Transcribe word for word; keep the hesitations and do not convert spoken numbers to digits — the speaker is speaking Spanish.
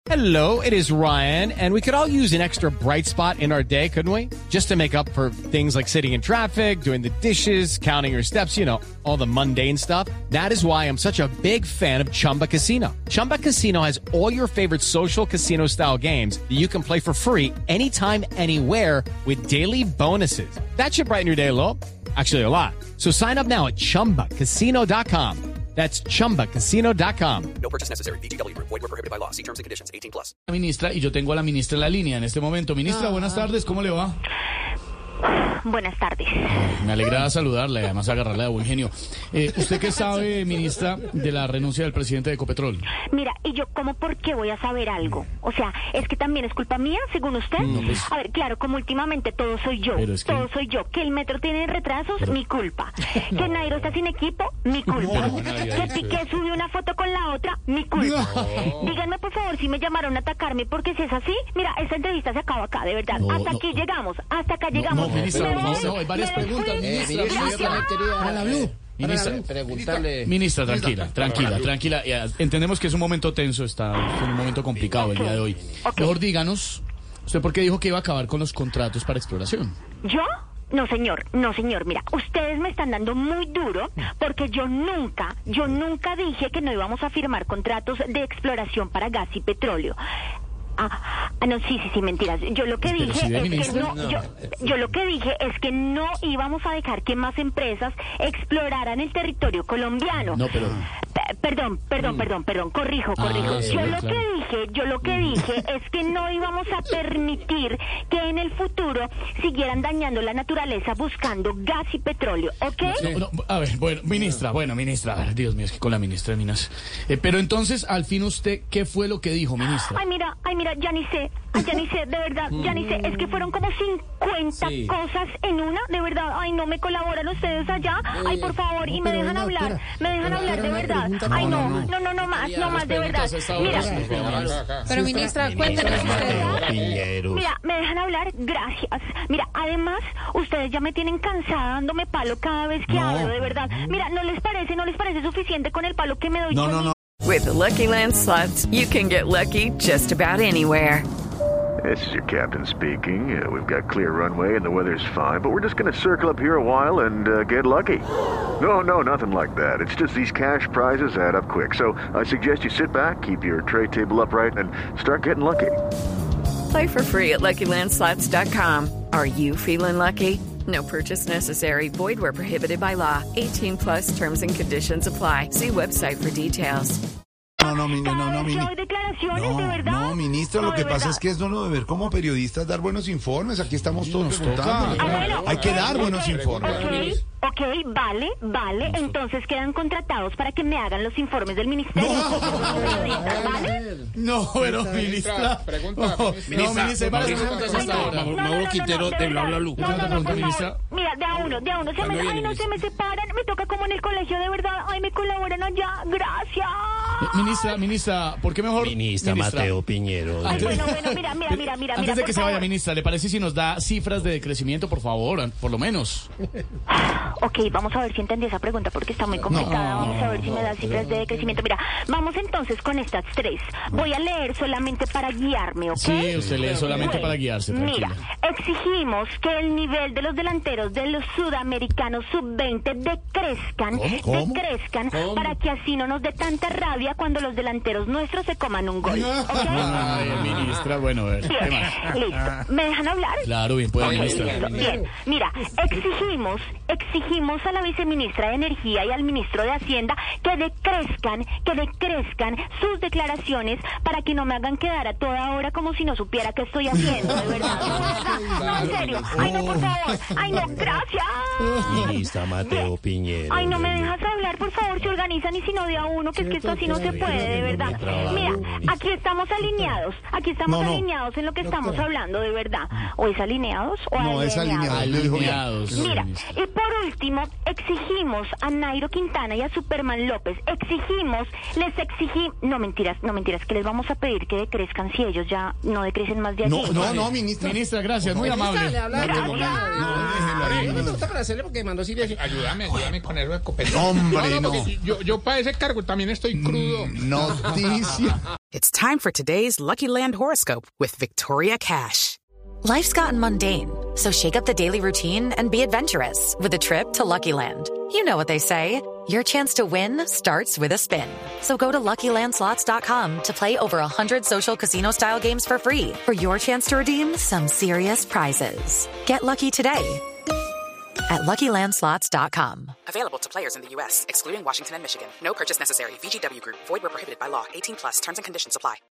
Hello, it is Ryan, and we could all use an extra bright spot in our day, couldn't we? Just to make up for things like sitting in traffic, doing the dishes, counting your steps, you know, all the mundane stuff. That is why I'm such a big fan of Chumba Casino. Chumba Casino has all your favorite social casino-style games that you can play for free anytime, anywhere with daily bonuses. That should brighten your day a little. Actually, a lot. So sign up now at chumba casino dot com. That's chumba casino dot com. No purchase necessary. V G W Group. Void where prohibited by law. See terms and conditions. eighteen plus. La ministra, y yo tengo a la ministra en la línea en este momento. Ministra, ah. buenas tardes, ¿cómo le va? Buenas tardes. Me alegra saludarle, además agarrarle de buen genio. Eh, ¿Usted qué sabe, ministra, de la renuncia del presidente de Ecopetrol? Mira, ¿y yo cómo por qué voy a saber algo? O sea, ¿es que también es culpa mía, según usted? No, pues, a ver, claro, como últimamente todo soy yo, es que... todo soy yo. Que el metro tiene retrasos, pero... mi culpa. Que Nairo está sin equipo, mi culpa. No, que Piqué subió una foto con la otra, mi culpa. No. Díganme, por favor, si me llamaron a atacarme, porque si es así, mira, esta entrevista se acaba acá, de verdad. No, hasta no. aquí llegamos, hasta acá llegamos. No, ministra, no, ministra, no, hay varias preguntas. Eh, ministra, la Blue. Ministra, preguntarle... ministra, tranquila, tranquila, tranquila. Entendemos que es un momento tenso, está es un momento complicado el día de hoy. Okay. Mejor díganos, ¿usted por qué dijo que iba a acabar con los contratos para exploración? ¿Yo? No, señor, no, señor. Mira, ustedes me están dando muy duro porque yo nunca, yo nunca dije que no íbamos a firmar contratos de exploración para gas y petróleo. Ah, no, sí, sí, sí, mentiras. Yo lo que dije si es ministra? que no, no. Yo, yo lo que dije es que no íbamos a dejar que más empresas exploraran el territorio colombiano. No, pero... P- perdón, perdón, mm. perdón, perdón, corrijo, corrijo. Ah, sí, yo lo claro. que dije, yo lo que dije es que no íbamos a permitir que en el futuro siguieran dañando la naturaleza buscando gas y petróleo, ¿ok? No, no, a ver, bueno, ministra, bueno, ministra, a ver, Dios mío, es que con la ministra de Minas. Eh, pero entonces, al fin usted, ¿qué fue lo que dijo, ministra? Ay, mira, ay, mira, ya ni sé, ay, ya ni sé, de verdad, ya ni sé, es que fueron como cincuenta sí. cosas en una, de verdad, ay, no me colaboran ustedes allá, ay, por favor, y me dejan hablar, me dejan hablar, de verdad, ay, no, no, no, no más, no más, de verdad, mira. Pero, ministra, cuéntenos ustedes. Mira, me dejan hablar, gracias. Mira, además, ustedes ya me tienen cansada dándome palo cada vez que hablo, de verdad. Mira, ¿no les parece, no les parece suficiente con el palo que me doy? No, no, no. With the Lucky Land Slots, you can get lucky just about anywhere. This is your captain speaking. Uh, we've got clear runway and the weather's fine, but we're just going to circle up here a while and uh, get lucky. No, no, nothing like that. It's just these cash prizes add up quick. So I suggest you sit back, keep your tray table upright, and start getting lucky. Play for free at Lucky Land Slots dot com. Are you feeling lucky? No purchase necessary. Void where prohibited by law. eighteen plus terms and conditions apply. See website for details. No, no, no, no, no, no, declaraciones, no, de verdad. no, ministra, no, lo que pasa verdad. es que es no deber como periodistas dar buenos informes. Aquí estamos Sí, todos preguntando. Ah, bueno, Hay okay, que dar buenos okay, informes. Okay, ok, vale, vale. Entonces quedan contratados para que me hagan los informes del ministerio. No, ¿vale? No, pero ministra. Pregunta, No, ministra. no, ministra, hay varias preguntas hasta ahora. Mauro Quintero de Bla Bla Blue. No, no, no, pregunta, por ministra. favor. Mira, de a uno, de a uno. Se me, ay, no, se me separan. Me toca como en el colegio, de verdad. Ay, me colaboran allá. Gracias. Ministra, ministra, ¿por qué mejor? Ministra, ministra. Mateo Piñero. Ay, bueno, bueno, mira, mira, mira, mira. Antes de que por se favor. vaya, ministra, ¿le parece si nos da cifras de crecimiento, por favor? Por lo menos. Ok, vamos a ver si entendí esa pregunta porque está muy complicada. No, vamos a ver si me da cifras de crecimiento. Mira, vamos entonces con estas tres. Voy a leer solamente para guiarme, ¿ok? Sí, usted lee solamente Bueno, para guiarse, tranquila. Mira, exigimos que el nivel de los delanteros de los sudamericanos sub veinte decrezcan, ¿Cómo? ¿Cómo? decrezcan, ¿Cómo? para que así no nos dé tanta rabia cuando los delanteros nuestros se coman un gol, ¿ok? Ay, ministra, bueno, a ver, ¿qué Bien, más? listo. ¿Me dejan hablar? Claro, bien, puede, Ok, ministra. listo. Bien, mira, exigimos, exigimos a la viceministra de Energía y al ministro de Hacienda que decrezcan, que decrezcan sus declaraciones para que no me hagan quedar a toda hora como si no supiera qué estoy haciendo, de verdad. No, de verdad. No, en serio. Ay, no, por favor. Ay, no, gracias. Ministra Mateo Piñero. Ay, no me dejas hablar, por favor, se organizan y si no de a uno, que es que esto así no se puede, de verdad. Mira, aquí estamos alineados, aquí estamos No, no. alineados en lo que estamos hablando, de verdad. ¿O es alineados o No, es alineado. alineados? Alineados. Mira, y por último, exigimos a Nairo Quintana y a Superman López, exigimos, les exigimos, no mentiras, no mentiras, que les vamos a pedir que decrezcan si ellos ya no decrecen más de allí. No, no, no, ministra. Ministra, gracias, muy amable. Le habla, Gracias. no, no, no me gusta para hacerle porque mandó Silvia. Ayúdame, ayúdame con eso de copete. Hombre, no. porque Yo, yo para ese cargo también estoy crudo. Noticia. It's time for today's Lucky Land horoscope with Victoria Cash. Life's gotten mundane, so shake up the daily routine and be adventurous with a trip to Lucky Land. You know what they say, your chance to win starts with a spin. So go to Lucky Land Slots dot com to play over one hundred social casino-style games for free for your chance to redeem some serious prizes. Get lucky today at Lucky Land Slots dot com. Available to players in the U S, excluding Washington and Michigan. No purchase necessary. V G W Group. Void where prohibited by law. eighteen plus. Terms and conditions apply.